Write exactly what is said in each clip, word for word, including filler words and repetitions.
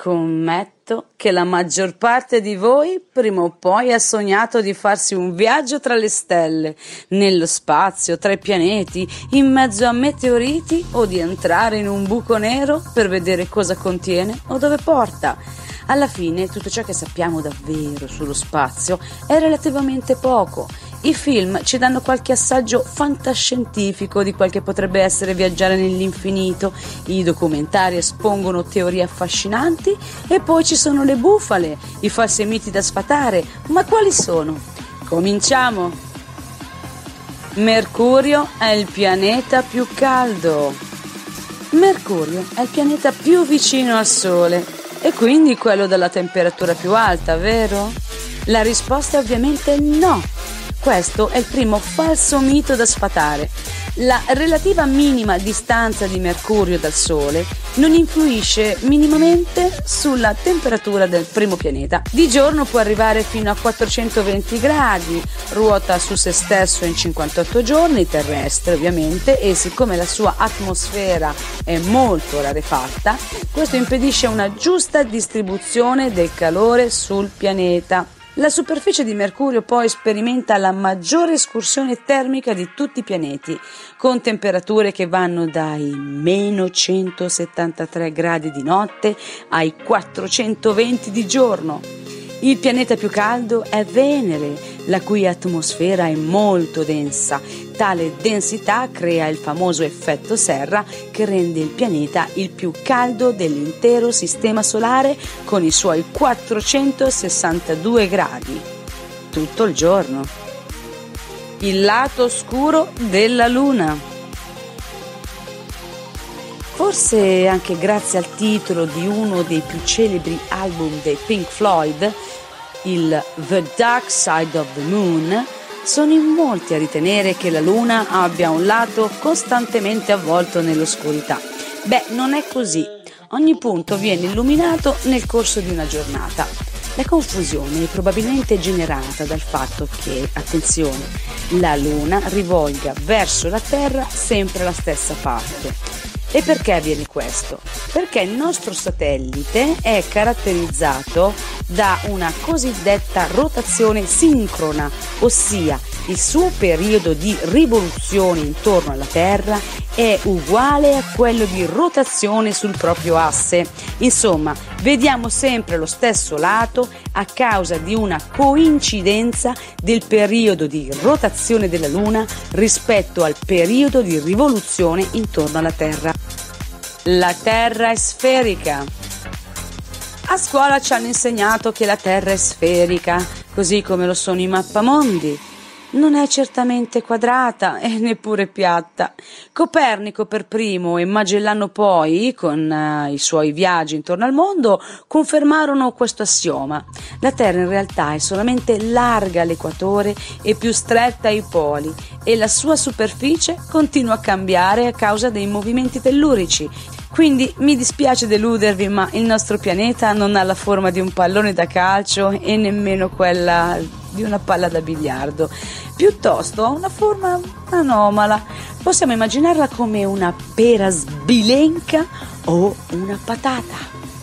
Scommetto che la maggior parte di voi prima o poi ha sognato di farsi un viaggio tra le stelle, nello spazio, tra i pianeti, in mezzo a meteoriti o di entrare in un buco nero per vedere cosa contiene o dove porta. Alla fine tutto ciò che sappiamo davvero sullo spazio è relativamente poco. I film ci danno qualche assaggio fantascientifico di quel che potrebbe essere viaggiare nell'infinito, i documentari espongono teorie affascinanti e poi ci sono le bufale, i falsi miti da sfatare. Ma quali sono? Cominciamo! Mercurio è il pianeta più caldo. Mercurio è il pianeta più vicino al Sole e quindi quello dalla temperatura più alta, vero? La risposta è ovviamente no. Questo è il primo falso mito da sfatare. La relativa minima distanza di Mercurio dal Sole non influisce minimamente sulla temperatura del primo pianeta. Di giorno può arrivare fino a quattrocentoventi gradi, ruota su se stesso in cinquantotto giorni, terrestre ovviamente, e siccome la sua atmosfera è molto rarefatta, questo impedisce una giusta distribuzione del calore sul pianeta. La superficie di Mercurio poi sperimenta la maggiore escursione termica di tutti i pianeti, con temperature che vanno dai meno centosettantatré gradi di notte ai quattrocentoventi di giorno. Il pianeta più caldo è Venere, la cui atmosfera è molto densa. Tale densità crea il famoso effetto serra che rende il pianeta il più caldo dell'intero sistema solare con i suoi quattrocentosessantadue gradi. Tutto il giorno. Il lato oscuro della Luna. Forse anche grazie al titolo di uno dei più celebri album dei Pink Floyd, il The Dark Side of the Moon, sono in molti a ritenere che la Luna abbia un lato costantemente avvolto nell'oscurità. Beh, non è così. Ogni punto viene illuminato nel corso di una giornata. La confusione è probabilmente generata dal fatto che, attenzione, la Luna rivolga verso la Terra sempre la stessa parte. E perché avviene questo? Perché il nostro satellite è caratterizzato da una cosiddetta rotazione sincrona, ossia il suo periodo di rivoluzione intorno alla Terra è uguale a quello di rotazione sul proprio asse. Insomma, vediamo sempre lo stesso lato a causa di una coincidenza del periodo di rotazione della Luna rispetto al periodo di rivoluzione intorno alla Terra. La Terra è sferica. A scuola ci hanno insegnato che la Terra è sferica, così come lo sono i mappamondi. Non è certamente quadrata e neppure piatta. Copernico per primo e Magellano poi, con uh, i suoi viaggi intorno al mondo, confermarono questo assioma. La Terra in realtà è solamente larga all'equatore e più stretta ai poli e la sua superficie continua a cambiare a causa dei movimenti tellurici. Quindi mi dispiace deludervi, ma il nostro pianeta non ha la forma di un pallone da calcio e nemmeno quella di una palla da biliardo. Piuttosto ha una forma anomala. Possiamo immaginarla come una pera sbilenca o una patata.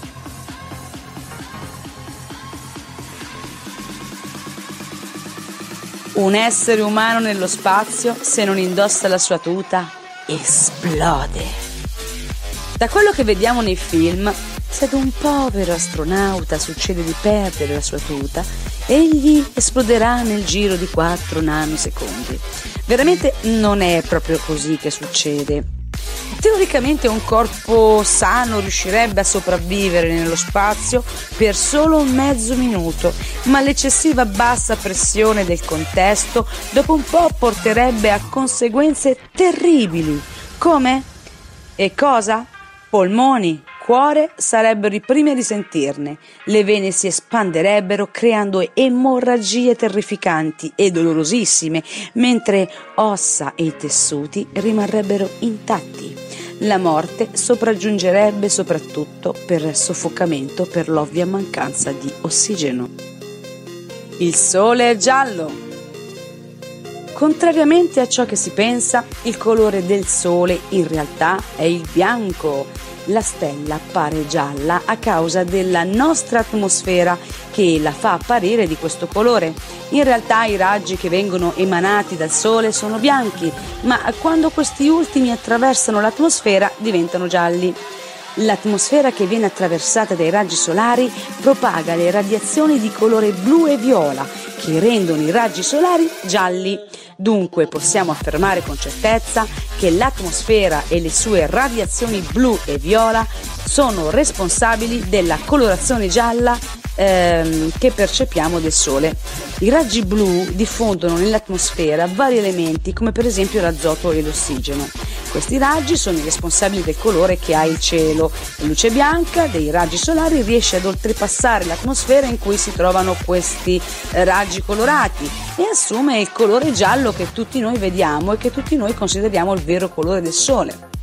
Un essere umano nello spazio, se non indossa la sua tuta, esplode. Da quello che vediamo nei film, se ad un povero astronauta succede di perdere la sua tuta, egli esploderà nel giro di quattro nanosecondi. Veramente non è proprio così che succede. Teoricamente un corpo sano riuscirebbe a sopravvivere nello spazio per solo mezzo minuto, ma l'eccessiva bassa pressione del contesto dopo un po' porterebbe a conseguenze terribili. Come? E cosa? Polmoni, cuore sarebbero i primi a risentirne, le vene si espanderebbero creando emorragie terrificanti e dolorosissime, mentre ossa e tessuti rimarrebbero intatti. La morte sopraggiungerebbe soprattutto per soffocamento per l'ovvia mancanza di ossigeno. Il sole è giallo. Contrariamente a ciò che si pensa, il colore del sole in realtà è il bianco. La stella appare gialla a causa della nostra atmosfera che la fa apparire di questo colore. In realtà i raggi che vengono emanati dal Sole sono bianchi, ma quando questi ultimi attraversano l'atmosfera diventano gialli. L'atmosfera che viene attraversata dai raggi solari propaga le radiazioni di colore blu e viola che rendono i raggi solari gialli. Dunque possiamo affermare con certezza che l'atmosfera e le sue radiazioni blu e viola sono responsabili della colorazione gialla ehm, che percepiamo del Sole. I raggi blu diffondono nell'atmosfera vari elementi come per esempio l'azoto e l'ossigeno. Questi raggi sono i responsabili del colore che ha il cielo. La luce bianca dei raggi solari riesce ad oltrepassare l'atmosfera in cui si trovano questi raggi colorati e assume il colore giallo che tutti noi vediamo e che tutti noi consideriamo il vero colore del Sole.